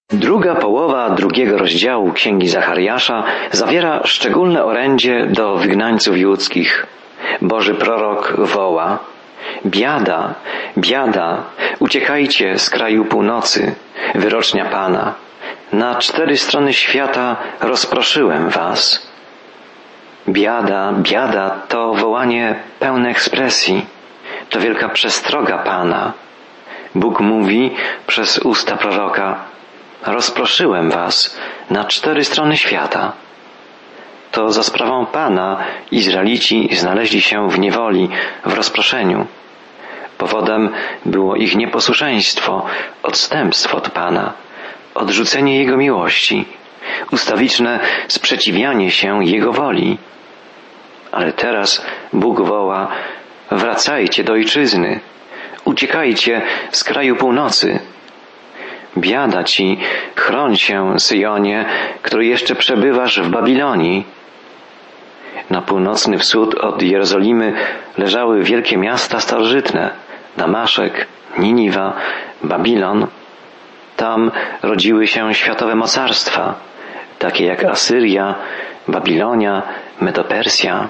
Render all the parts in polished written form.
Druga połowa drugiego rozdziału Księgi Zachariasza zawiera szczególne orędzie do wygnańców judzkich. Boży prorok woła: biada, biada, uciekajcie z kraju północy, wyrocznia Pana. Na 4 strony świata rozproszyłem was. Biada, biada to wołanie pełne ekspresji. To wielka przestroga Pana. Bóg mówi przez usta proroka: rozproszyłem was na 4 strony świata. To za sprawą Pana Izraelici znaleźli się w niewoli, w rozproszeniu. Powodem było ich nieposłuszeństwo, odstępstwo od Pana, odrzucenie Jego miłości, ustawiczne sprzeciwianie się Jego woli. Ale teraz Bóg woła: wracajcie do ojczyzny, uciekajcie z kraju północy. Biada ci, chroń się, Syjonie, który jeszcze przebywasz w Babilonii. Na północny wschód od Jerozolimy leżały wielkie miasta starożytne: Damaszek, Niniwa, Babilon. Tam rodziły się światowe mocarstwa, takie jak Asyria, Babilonia, Medopersja.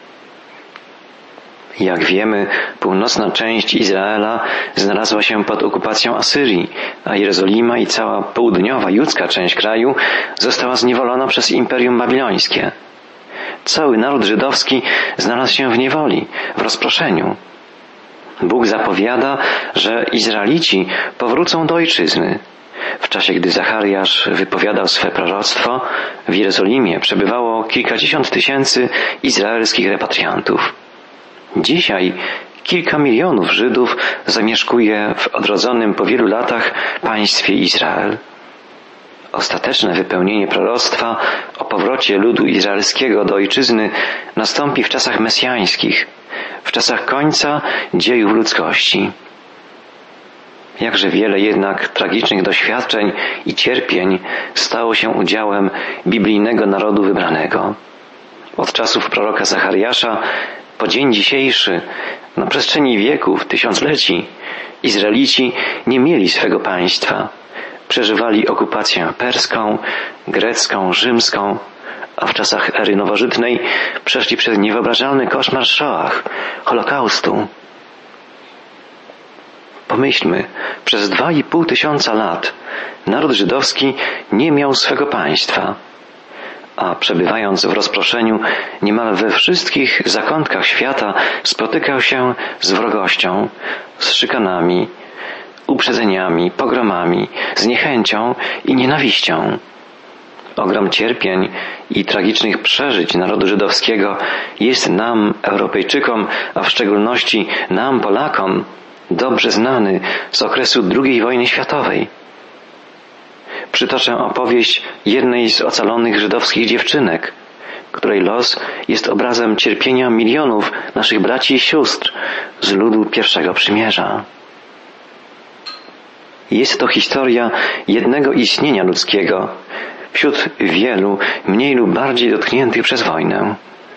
Jak wiemy, północna część Izraela znalazła się pod okupacją Asyrii, a Jerozolima i cała południowa judzka część kraju została zniewolona przez Imperium Babilońskie. Cały naród żydowski znalazł się w niewoli, w rozproszeniu. Bóg zapowiada, że Izraelici powrócą do ojczyzny. W czasie, gdy Zachariasz wypowiadał swe proroctwo, w Jerozolimie przebywało kilkadziesiąt tysięcy izraelskich repatriantów. Dzisiaj kilka milionów Żydów zamieszkuje w odrodzonym po wielu latach państwie Izrael. Ostateczne wypełnienie proroctwa o powrocie ludu izraelskiego do ojczyzny nastąpi w czasach mesjańskich, w czasach końca dziejów ludzkości. Jakże wiele jednak tragicznych doświadczeń i cierpień stało się udziałem biblijnego narodu wybranego. Od czasów proroka Zachariasza po dzień dzisiejszy, na przestrzeni wieków, tysiącleci, Izraelici nie mieli swego państwa. Przeżywali okupację perską, grecką, rzymską, a w czasach ery nowożytnej przeszli przez niewyobrażalny koszmar Shoah, Holokaustu. Pomyślmy, przez 2,5 tysiąca lat naród żydowski nie miał swego państwa, a przebywając w rozproszeniu niemal we wszystkich zakątkach świata spotykał się z wrogością, z szykanami, uprzedzeniami, pogromami, z niechęcią i nienawiścią. Ogrom cierpień i tragicznych przeżyć narodu żydowskiego jest nam, Europejczykom, a w szczególności nam, Polakom, dobrze znany z okresu II wojny światowej. Przytoczę opowieść jednej z ocalonych żydowskich dziewczynek, której los jest obrazem cierpienia milionów naszych braci i sióstr z ludu pierwszego przymierza. Jest to historia jednego istnienia ludzkiego wśród wielu, mniej lub bardziej dotkniętych przez wojnę.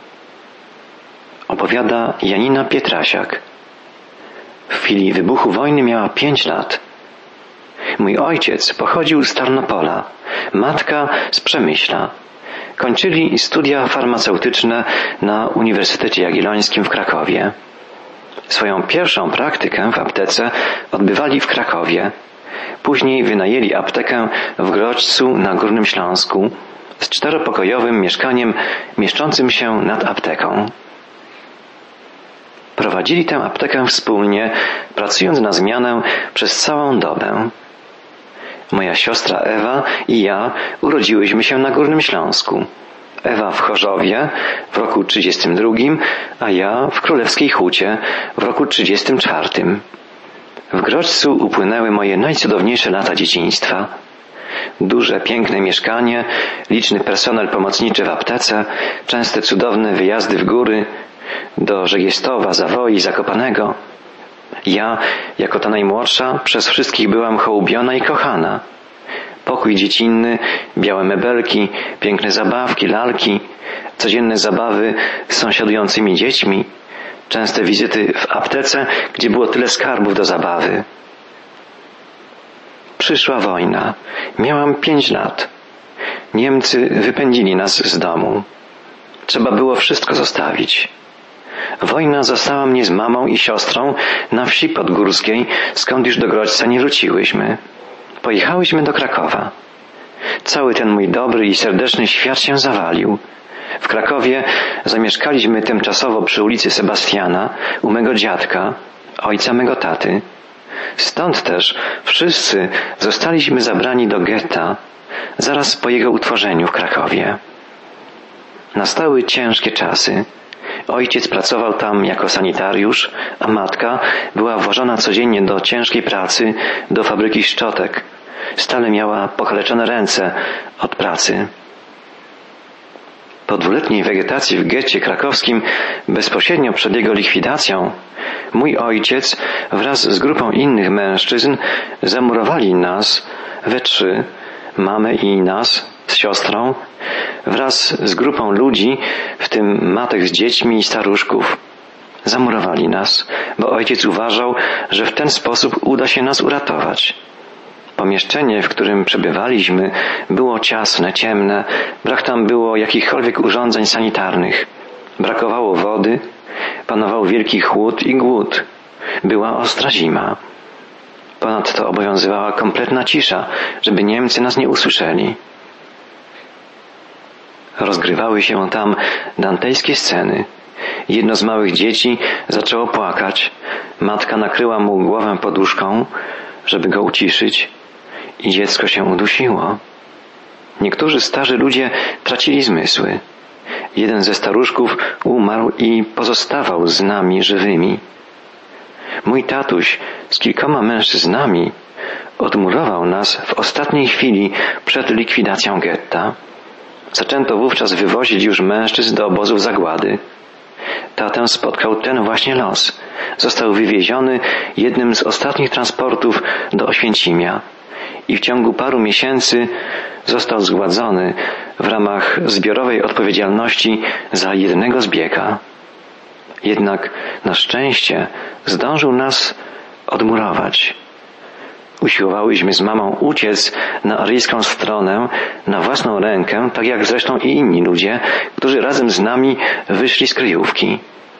Opowiada Janina Pietrasiak. W chwili wybuchu wojny miała 5 lat. Mój ojciec pochodził z Tarnopola, matka z Przemyśla. Kończyli studia farmaceutyczne na Uniwersytecie Jagiellońskim w Krakowie. Swoją pierwszą praktykę w aptece odbywali w Krakowie. Później wynajęli aptekę w Grodźcu na Górnym Śląsku z 4-pokojowym mieszkaniem mieszczącym się nad apteką. Prowadzili tę aptekę wspólnie, pracując na zmianę przez całą dobę. Moja siostra Ewa i ja urodziłyśmy się na Górnym Śląsku. Ewa w Chorzowie w roku 1932, a ja w Królewskiej Hucie w roku 1934. W Grodźcu upłynęły moje najcudowniejsze lata dzieciństwa. Duże, piękne mieszkanie, liczny personel pomocniczy w aptece, częste cudowne wyjazdy w góry, do Żegiestowa, Zawoi, Zakopanego. Ja, jako ta najmłodsza, przez wszystkich byłam hołubiona i kochana. Pokój dziecinny, białe mebelki, piękne zabawki, lalki, codzienne zabawy z sąsiadującymi dziećmi, częste wizyty w aptece, gdzie było tyle skarbów do zabawy. Przyszła wojna. Miałam 5 lat. Niemcy wypędzili nas z domu. Trzeba było wszystko zostawić. Wojna zastała mnie z mamą i siostrą na wsi podgórskiej, skąd już do Grodźca nie wróciłyśmy. Pojechałyśmy do Krakowa. Cały ten mój dobry i serdeczny świat się zawalił. W Krakowie zamieszkaliśmy tymczasowo przy ulicy Sebastiana u mego dziadka, ojca mego taty. Stąd też wszyscy zostaliśmy zabrani do getta zaraz po jego utworzeniu w Krakowie. Nastały ciężkie czasy. Ojciec pracował tam jako sanitariusz, a matka była włożona codziennie do ciężkiej pracy do fabryki szczotek. Stale miała pokaleczone ręce od pracy. Po 2-letniej wegetacji w getcie krakowskim, bezpośrednio przed jego likwidacją, mój ojciec wraz z grupą innych mężczyzn zamurowali nas we 3, mamę i nas z siostrą, wraz z grupą ludzi, w tym matek z dziećmi i staruszków. Zamurowali nas, bo ojciec uważał, że w ten sposób uda się nas uratować. Pomieszczenie, w którym przebywaliśmy, było ciasne, ciemne, brak tam było jakichkolwiek urządzeń sanitarnych. Brakowało wody, panował wielki chłód i głód. Była ostra zima. Ponadto obowiązywała kompletna cisza, żeby Niemcy nas nie usłyszeli. Rozgrywały się tam dantejskie sceny. Jedno z małych dzieci zaczęło płakać. Matka nakryła mu głowę poduszką, żeby go uciszyć, i dziecko się udusiło. Niektórzy starzy ludzie tracili zmysły. Jeden ze staruszków umarł i pozostawał z nami żywymi. Mój tatuś z kilkoma mężczyznami odmurował nas w ostatniej chwili przed likwidacją getta. Zaczęto wówczas wywozić już mężczyzn do obozów zagłady. Tatę spotkał ten właśnie los. Został wywieziony jednym z ostatnich transportów do Oświęcimia i w ciągu paru miesięcy został zgładzony w ramach zbiorowej odpowiedzialności za jednego zbiega. Jednak na szczęście zdążył nas odmurować. Usiłowałyśmy z mamą uciec na aryjską stronę na własną rękę, tak jak zresztą i inni ludzie, którzy razem z nami wyszli z kryjówki.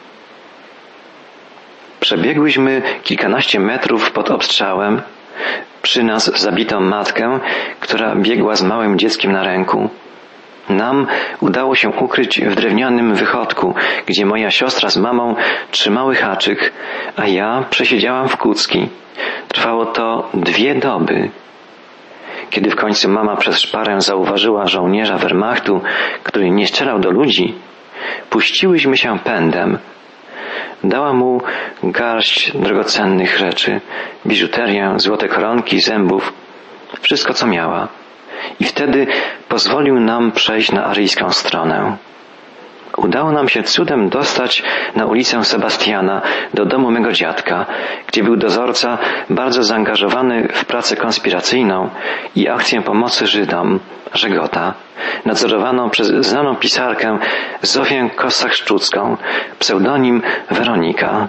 Przebiegłyśmy kilkanaście metrów pod obstrzałem, przy nas zabitą matkę, która biegła z małym dzieckiem na ręku. Nam udało się ukryć w drewnianym wychodku, gdzie moja siostra z mamą trzymały haczyk, a ja przesiedziałam w kucki. Trwało to 2 doby. Kiedy w końcu mama przez szparę zauważyła żołnierza Wehrmachtu, który nie strzelał do ludzi, puściłyśmy się pędem. Dała mu garść drogocennych rzeczy, biżuterię, złote koronki, zębów, wszystko co miała. I wtedy pozwolił nam przejść na aryjską stronę. Udało nam się cudem dostać na ulicę Sebastiana do domu mego dziadka, gdzie był dozorca bardzo zaangażowany w pracę konspiracyjną i akcję pomocy Żydom, Żegota, nadzorowaną przez znaną pisarkę Zofię Kossak-Szczucką, pseudonim Weronika.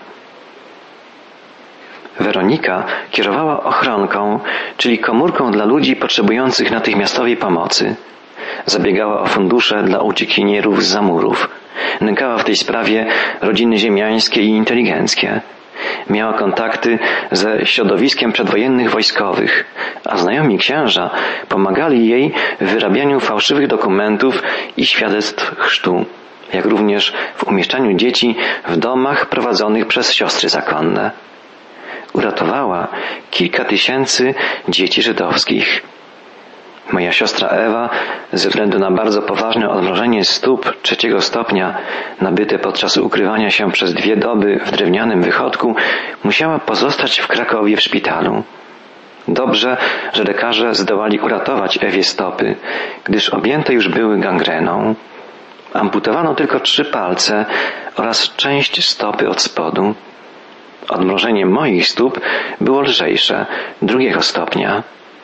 Weronika kierowała ochronką, czyli komórką dla ludzi potrzebujących natychmiastowej pomocy. Zabiegała o fundusze dla uciekinierów z zamurów. Nękała w tej sprawie rodziny ziemiańskie i inteligenckie. Miała kontakty ze środowiskiem przedwojennych wojskowych, a znajomi księża pomagali jej w wyrabianiu fałszywych dokumentów i świadectw chrztu, jak również w umieszczaniu dzieci w domach prowadzonych przez siostry zakonne. Uratowała kilka tysięcy dzieci żydowskich. Moja siostra Ewa, ze względu na bardzo poważne odmrożenie stóp 3. stopnia, nabyte podczas ukrywania się przez 2 doby w drewnianym wychodku, musiała pozostać w Krakowie w szpitalu. Dobrze, że lekarze zdołali uratować Ewie stopy, gdyż objęte już były gangreną. Amputowano tylko 3 palce oraz część stopy od spodu. Odmrożenie moich stóp było lżejsze, 2. stopnia.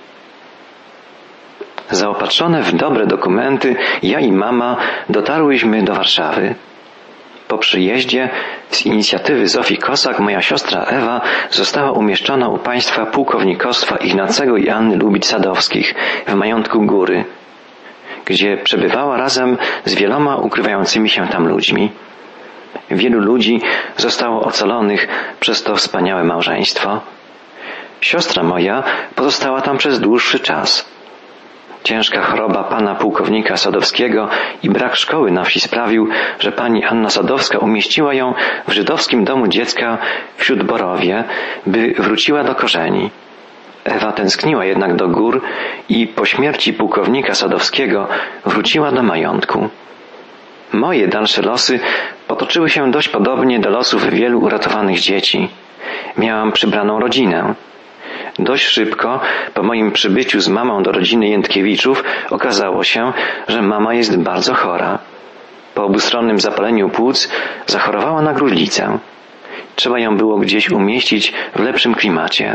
Zaopatrzone w dobre dokumenty, ja i mama dotarłyśmy do Warszawy. Po przyjeździe Z inicjatywy Zofii Kosak moja siostra Ewa została umieszczona u państwa pułkownikostwa Ignacego i Anny Lubicz-Sadowskich w majątku Góry, gdzie przebywała razem z wieloma ukrywającymi się tam ludźmi. Wielu ludzi zostało ocalonych przez to wspaniałe małżeństwo. Siostra moja pozostała tam przez dłuższy czas. Ciężka choroba pana pułkownika Sadowskiego i brak szkoły na wsi sprawił, że pani Anna Sadowska umieściła ją w żydowskim domu dziecka w Śródborowie, by wróciła do korzeni. Ewa tęskniła jednak do gór i po śmierci pułkownika Sadowskiego wróciła do majątku. Moje dalsze losy potoczyły się dość podobnie do losów wielu uratowanych dzieci. Miałam przybraną rodzinę. Dość szybko, po moim przybyciu z mamą do rodziny Jędkiewiczów, okazało się, że mama jest bardzo chora. Po obustronnym zapaleniu płuc zachorowała na gruźlicę. Trzeba ją było gdzieś umieścić w lepszym klimacie.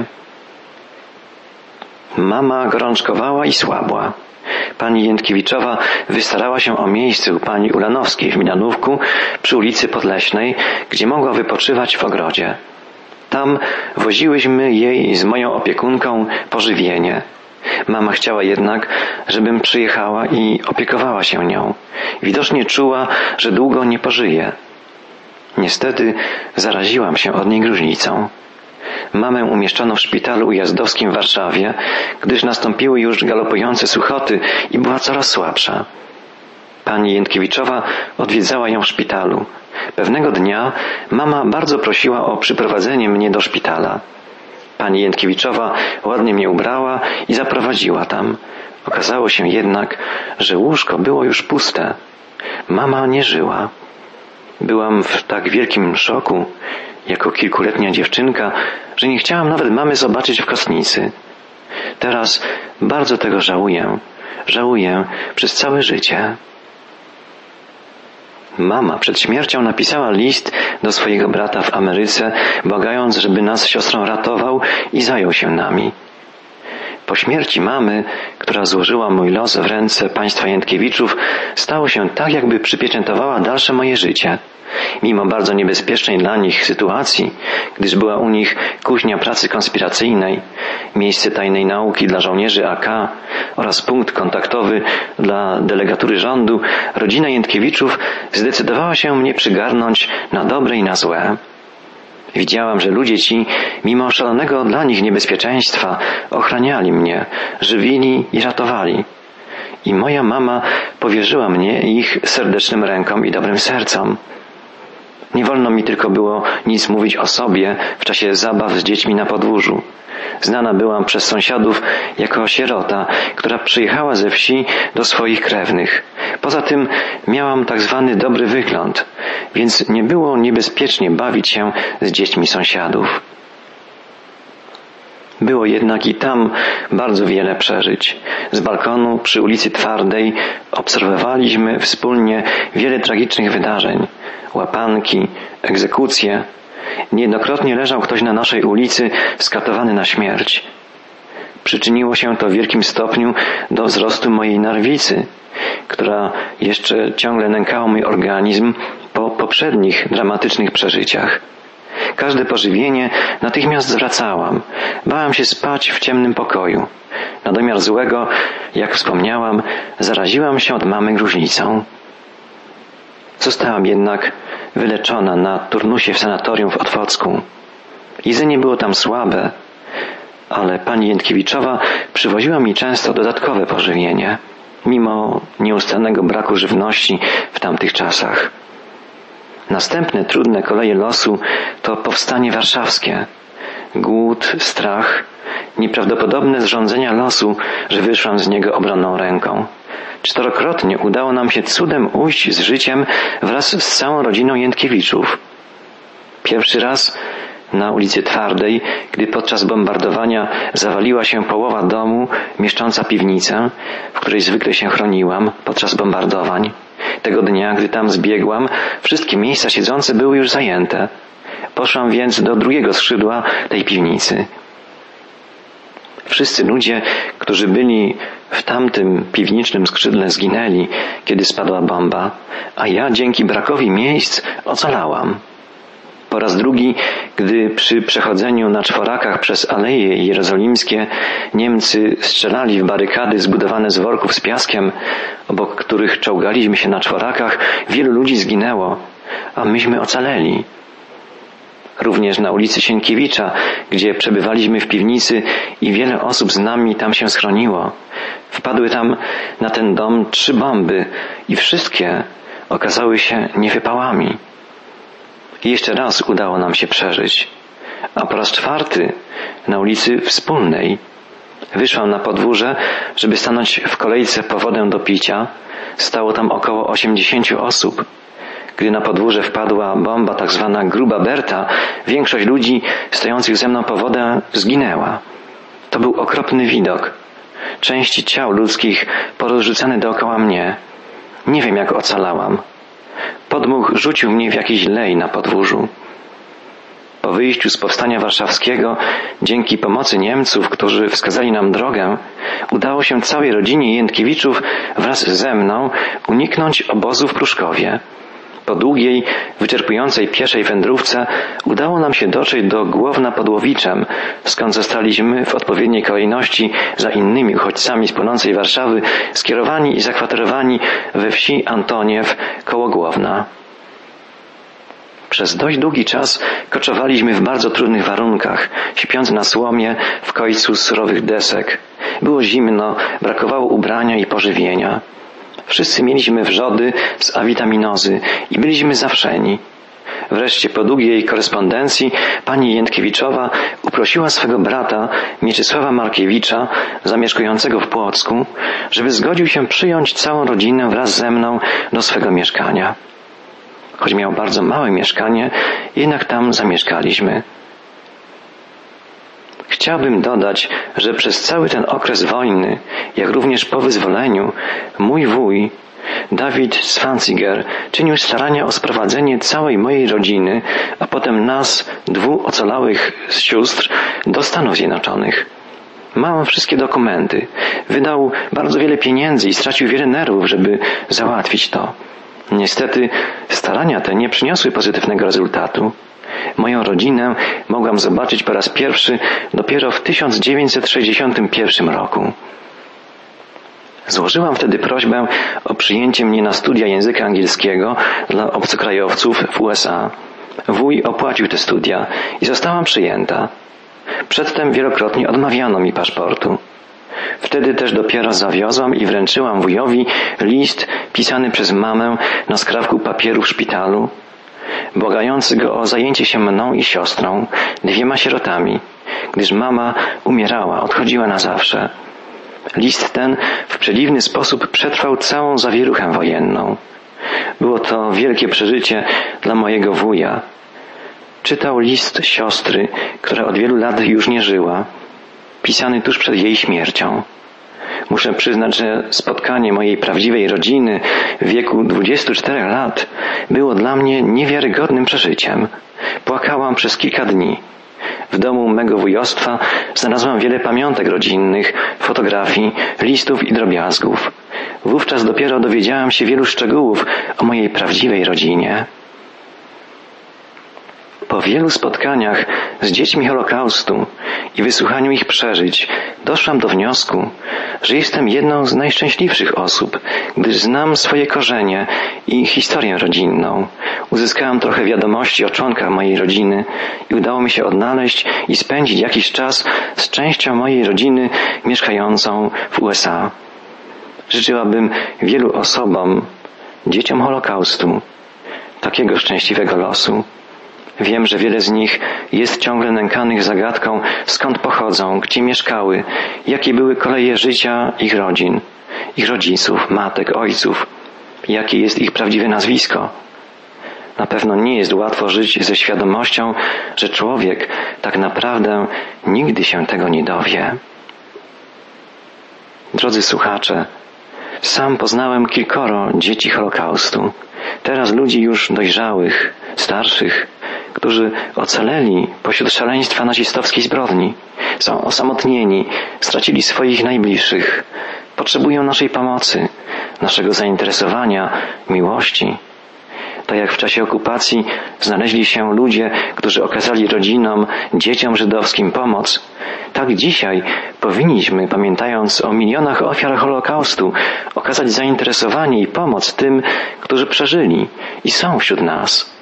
Mama gorączkowała i słabła. Pani Jędkiewiczowa wystarała się o miejsce u pani Ulanowskiej w Milanówku przy ulicy Podleśnej, gdzie mogła wypoczywać w ogrodzie. Tam woziłyśmy jej z moją opiekunką pożywienie. Mama chciała jednak, żebym przyjechała i opiekowała się nią. Widocznie czuła, że długo nie pożyje. Niestety zaraziłam się od niej gruźlicą. Mamę umieszczono w szpitalu ujazdowskim w Warszawie, gdyż nastąpiły już galopujące suchoty i była coraz słabsza. Pani Jędkiewiczowa odwiedzała ją w szpitalu. Pewnego dnia mama bardzo prosiła o przyprowadzenie mnie do szpitala. Pani Jędkiewiczowa ładnie mnie ubrała i zaprowadziła tam. Okazało się jednak, że łóżko było już puste. Mama nie żyła. Byłam w tak wielkim szoku, jako kilkuletnia dziewczynka, że nie chciałam nawet mamy zobaczyć w kostnicy. Teraz bardzo tego żałuję. Żałuję przez całe życie. Mama przed śmiercią napisała list do swojego brata w Ameryce, błagając, żeby nas z siostrą ratował i zajął się nami. Po śmierci mamy, która złożyła mój los w ręce państwa Jędkiewiczów, stało się tak, jakby przypieczętowała dalsze moje życie. Mimo bardzo niebezpiecznej dla nich sytuacji, gdyż była u nich kuźnia pracy konspiracyjnej, miejsce tajnej nauki dla żołnierzy AK oraz punkt kontaktowy dla delegatury rządu, rodzina Jędkiewiczów zdecydowała się mnie przygarnąć na dobre i na złe. Widziałam, że ludzie ci, mimo szalonego dla nich niebezpieczeństwa, ochraniali mnie, żywili i ratowali. I moja mama powierzyła mnie ich serdecznym rękom i dobrym sercom. Nie wolno mi tylko było nic mówić o sobie w czasie zabaw z dziećmi na podwórzu. Znana byłam przez sąsiadów jako sierota, która przyjechała ze wsi do swoich krewnych. Poza tym miałam tak zwany dobry wygląd, więc nie było niebezpiecznie bawić się z dziećmi sąsiadów. Było jednak i tam bardzo wiele przeżyć. Z balkonu przy ulicy Twardej obserwowaliśmy wspólnie wiele tragicznych wydarzeń. Łapanki, egzekucje. Niejednokrotnie leżał ktoś na naszej ulicy skatowany na śmierć. Przyczyniło się to w wielkim stopniu do wzrostu mojej nerwicy, która jeszcze ciągle nękała mój organizm po poprzednich dramatycznych przeżyciach. Każde pożywienie natychmiast zwracałam. Bałam się spać w ciemnym pokoju. Na domiar złego, jak wspomniałam, zaraziłam się od mamy gruźlicą. Zostałam jednak wyleczona na turnusie w sanatorium w Otwocku. Jedzenie było tam słabe, ale pani Jędkiewiczowa przywoziła mi często dodatkowe pożywienie, mimo nieustannego braku żywności w tamtych czasach. Następne trudne koleje losu to powstanie warszawskie. Głód, strach, nieprawdopodobne zrządzenia losu, że wyszłam z niego obronną ręką. 4-krotnie udało nam się cudem ujść z życiem wraz z całą rodziną Jędkiewiczów. Pierwszy raz na ulicy Twardej, gdy podczas bombardowania zawaliła się połowa domu mieszcząca piwnicę, w której zwykle się chroniłam podczas bombardowań. Tego dnia, gdy tam zbiegłam, wszystkie miejsca siedzące były już zajęte. Poszłam więc do drugiego skrzydła tej piwnicy. Wszyscy ludzie, którzy byli w tamtym piwnicznym skrzydle, zginęli, kiedy spadła bomba, a ja dzięki brakowi miejsc ocalałam. Po raz drugi, gdy przy przechodzeniu na czworakach przez Aleje Jerozolimskie Niemcy strzelali w barykady zbudowane z worków z piaskiem, obok których czołgaliśmy się na czworakach, wielu ludzi zginęło, a myśmy ocaleli. Również na ulicy Sienkiewicza, gdzie przebywaliśmy w piwnicy i wiele osób z nami tam się schroniło. Wpadły tam na ten dom 3 bomby i wszystkie okazały się niewypałami. I jeszcze raz udało nam się przeżyć. A po raz 4 na ulicy Wspólnej wyszłam na podwórze, żeby stanąć w kolejce po wodę do picia. Stało tam około 80 osób. Gdy na podwórze wpadła bomba, tak zwana Gruba Berta, większość ludzi stojących ze mną po wodę zginęła. To był okropny widok. Części ciał ludzkich porozrzucane dookoła mnie. Nie wiem, jak ocalałam. Podmuch rzucił mnie w jakiś lej na podwórzu. Po wyjściu z powstania warszawskiego, dzięki pomocy Niemców, którzy wskazali nam drogę, udało się całej rodzinie Jędkiewiczów wraz ze mną uniknąć obozu w Pruszkowie. Po długiej, wyczerpującej pieszej wędrówce udało nam się dotrzeć do Głowna pod Łowiczem, skąd zostaliśmy w odpowiedniej kolejności za innymi uchodźcami z płonącej Warszawy skierowani i zakwaterowani we wsi Antoniew koło Głowna. Przez dość długi czas koczowaliśmy w bardzo trudnych warunkach, śpiąc na słomie w kojcu z surowych desek. Było zimno, brakowało ubrania i pożywienia. Wszyscy mieliśmy wrzody z awitaminozy i byliśmy zawszeni. Wreszcie po długiej korespondencji pani Jędkiewiczowa uprosiła swego brata Mieczysława Markiewicza, zamieszkującego w Płocku, żeby zgodził się przyjąć całą rodzinę wraz ze mną do swego mieszkania. Choć miał bardzo małe mieszkanie, jednak tam zamieszkaliśmy. Chciałbym dodać, że przez cały ten okres wojny, jak również po wyzwoleniu, mój wuj, Dawid Zwanziger, czynił starania o sprowadzenie całej mojej rodziny, a potem nas, 2 ocalałych sióstr, do Stanów Zjednoczonych. Mam wszystkie dokumenty. Wydał bardzo wiele pieniędzy i stracił wiele nerwów, żeby załatwić to. Niestety starania te nie przyniosły pozytywnego rezultatu. Moją rodzinę mogłam zobaczyć po raz pierwszy dopiero w 1961 roku. Złożyłam wtedy prośbę o przyjęcie mnie na studia języka angielskiego dla obcokrajowców w USA. Wuj opłacił te studia i zostałam przyjęta. Przedtem wielokrotnie odmawiano mi paszportu. Wtedy też dopiero zawiozłam i wręczyłam wujowi list pisany przez mamę na skrawku papieru w szpitalu, błagający go o zajęcie się mną i siostrą, 2 sierotami, gdyż mama umierała, odchodziła na zawsze. List ten w przedziwny sposób przetrwał całą zawieruchę wojenną. Było to wielkie przeżycie dla mojego wuja. Czytał list siostry, która od wielu lat już nie żyła, pisany tuż przed jej śmiercią. Muszę przyznać, że spotkanie mojej prawdziwej rodziny w wieku 24 lat było dla mnie niewiarygodnym przeżyciem. Płakałam przez kilka dni. W domu mego wujostwa znalazłam wiele pamiątek rodzinnych, fotografii, listów i drobiazgów. Wówczas dopiero dowiedziałam się wielu szczegółów o mojej prawdziwej rodzinie. Po wielu spotkaniach z dziećmi Holokaustu i wysłuchaniu ich przeżyć, doszłam do wniosku, że jestem jedną z najszczęśliwszych osób, gdyż znam swoje korzenie i historię rodzinną. Uzyskałam trochę wiadomości o członkach mojej rodziny i udało mi się odnaleźć i spędzić jakiś czas z częścią mojej rodziny mieszkającą w USA. Życzyłabym wielu osobom, dzieciom Holokaustu, takiego szczęśliwego losu. Wiem, że wiele z nich jest ciągle nękanych zagadką, skąd pochodzą, gdzie mieszkały, jakie były koleje życia ich rodzin, ich rodziców, matek, ojców, jakie jest ich prawdziwe nazwisko. Na pewno nie jest łatwo żyć ze świadomością, że człowiek tak naprawdę nigdy się tego nie dowie. Drodzy słuchacze, sam poznałem kilkoro dzieci Holokaustu. Teraz ludzi już dojrzałych, starszych, którzy ocaleli pośród szaleństwa nazistowskiej zbrodni. Są osamotnieni, stracili swoich najbliższych. Potrzebują naszej pomocy, naszego zainteresowania, miłości. Tak jak w czasie okupacji znaleźli się ludzie, którzy okazali rodzinom, dzieciom żydowskim pomoc, tak dzisiaj powinniśmy, pamiętając o milionach ofiar Holokaustu, okazać zainteresowanie i pomoc tym, którzy przeżyli i są wśród nas.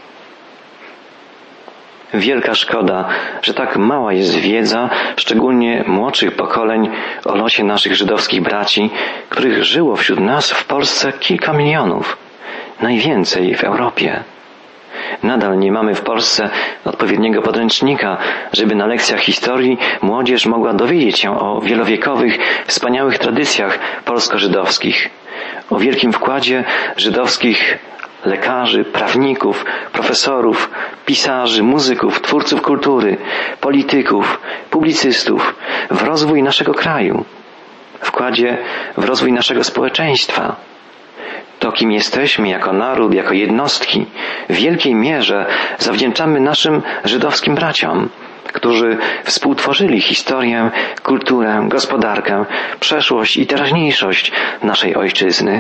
Wielka szkoda, że tak mała jest wiedza, szczególnie młodszych pokoleń, o losie naszych żydowskich braci, których żyło wśród nas w Polsce kilka milionów. Najwięcej w Europie. Nadal nie mamy w Polsce odpowiedniego podręcznika, żeby na lekcjach historii młodzież mogła dowiedzieć się o wielowiekowych, wspaniałych tradycjach polsko-żydowskich, o wielkim wkładzie żydowskich lekarzy, prawników, profesorów, pisarzy, muzyków, twórców kultury, polityków, publicystów w rozwój naszego kraju, wkładzie w rozwój naszego społeczeństwa. To, kim jesteśmy jako naród, jako jednostki, w wielkiej mierze zawdzięczamy naszym żydowskim braciom, którzy współtworzyli historię, kulturę, gospodarkę, przeszłość i teraźniejszość naszej ojczyzny.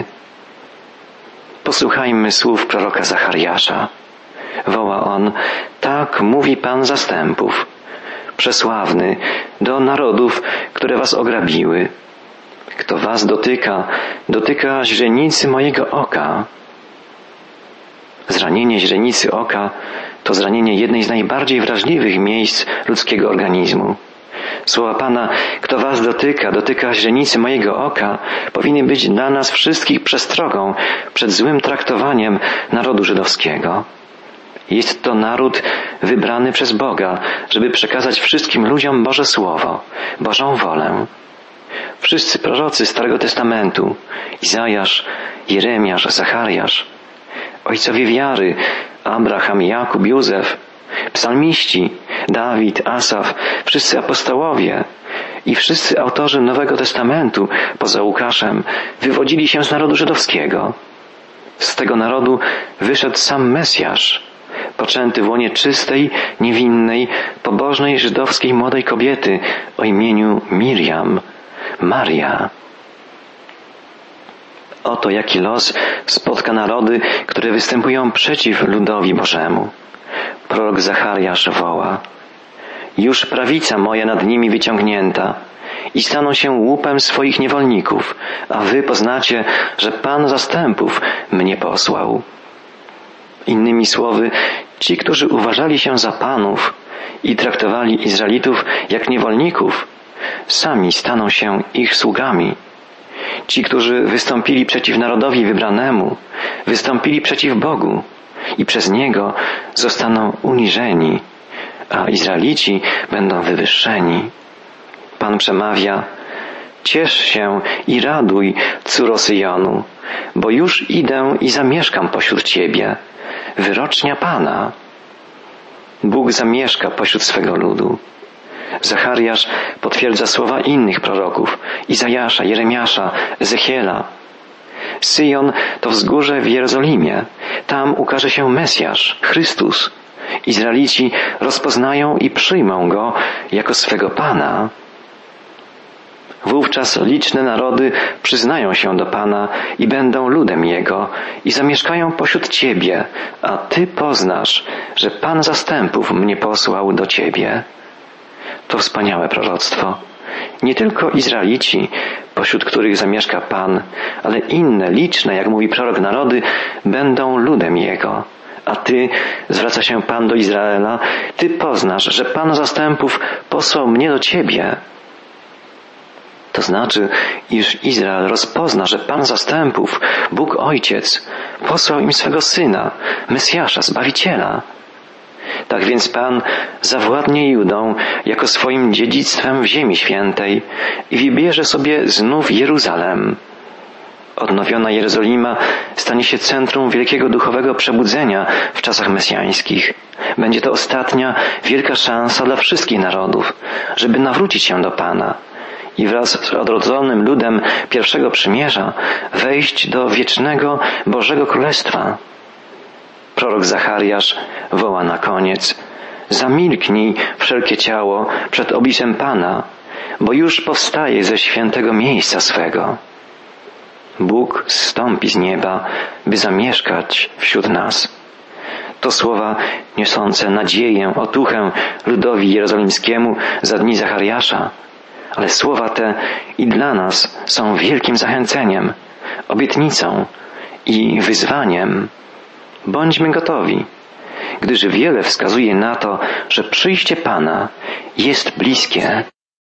Posłuchajmy słów proroka Zachariasza. Woła on: tak mówi Pan zastępów, przesławny do narodów, które was ograbiły. Kto was dotyka, dotyka źrenicy mojego oka. Zranienie źrenicy oka to zranienie jednej z najbardziej wrażliwych miejsc ludzkiego organizmu. Słowa Pana: kto was dotyka, dotyka źrenicy mojego oka, powinny być dla nas wszystkich przestrogą przed złym traktowaniem narodu żydowskiego. Jest to naród wybrany przez Boga, żeby przekazać wszystkim ludziom Boże Słowo, Bożą wolę. Wszyscy prorocy Starego Testamentu, Izajasz, Jeremiasz, Zachariasz, ojcowie wiary, Abraham, Jakub, Józef, psalmiści, Dawid, Asaf, wszyscy apostołowie i wszyscy autorzy Nowego Testamentu, poza Łukaszem, wywodzili się z narodu żydowskiego. Z tego narodu wyszedł sam Mesjasz, poczęty w łonie czystej, niewinnej, pobożnej żydowskiej młodej kobiety o imieniu Mirjam, Maria. Oto jaki los spotka narody, które występują przeciw ludowi Bożemu. Prorok Zachariasz woła: już prawica moja nad nimi wyciągnięta i staną się łupem swoich niewolników, a wy poznacie, że Pan zastępów mnie posłał. Innymi słowy, ci, którzy uważali się za panów i traktowali Izraelitów jak niewolników, sami staną się ich sługami. Ci, którzy wystąpili przeciw narodowi wybranemu, wystąpili przeciw Bogu i przez Niego zostaną uniżeni, a Izraelici będą wywyższeni. Pan przemawia: ciesz się i raduj, córo Syjonu, bo już idę i zamieszkam pośród ciebie. Wyrocznia Pana. Bóg zamieszka pośród swego ludu. Zachariasz potwierdza słowa innych proroków, Izajasza, Jeremiasza, Ezechiela. Syjon to wzgórze w Jerozolimie. Tam ukaże się Mesjasz, Chrystus. Izraelici rozpoznają i przyjmą Go jako swego Pana. Wówczas liczne narody przyznają się do Pana i będą ludem Jego i zamieszkają pośród Ciebie, a Ty poznasz, że Pan zastępów mnie posłał do Ciebie. To wspaniałe proroctwo. Nie tylko Izraelici, pośród których zamieszka Pan, ale inne, liczne, jak mówi prorok, narody będą ludem Jego. A Ty, zwraca się Pan do Izraela, Ty poznasz, że Pan zastępów posłał mnie do Ciebie. To znaczy, iż Izrael rozpozna, że Pan zastępów, Bóg Ojciec, posłał im swego Syna, Mesjasza, Zbawiciela. Tak więc Pan zawładnie Judą jako swoim dziedzictwem w Ziemi Świętej i wybierze sobie znów Jeruzalem. Odnowiona Jerozolima stanie się centrum wielkiego duchowego przebudzenia w czasach mesjańskich. Będzie to ostatnia wielka szansa dla wszystkich narodów, żeby nawrócić się do Pana i wraz z odrodzonym ludem pierwszego przymierza wejść do wiecznego Bożego Królestwa. Prorok Zachariasz woła na koniec: zamilknij wszelkie ciało przed obliczem Pana, bo już powstaje ze świętego miejsca swego. Bóg zstąpi z nieba, by zamieszkać wśród nas. To słowa niosące nadzieję, otuchę ludowi jerozolimskiemu za dni Zachariasza. Ale słowa te i dla nas są wielkim zachęceniem, obietnicą i wyzwaniem. Bądźmy gotowi, gdyż wiele wskazuje na to, że przyjście Pana jest bliskie.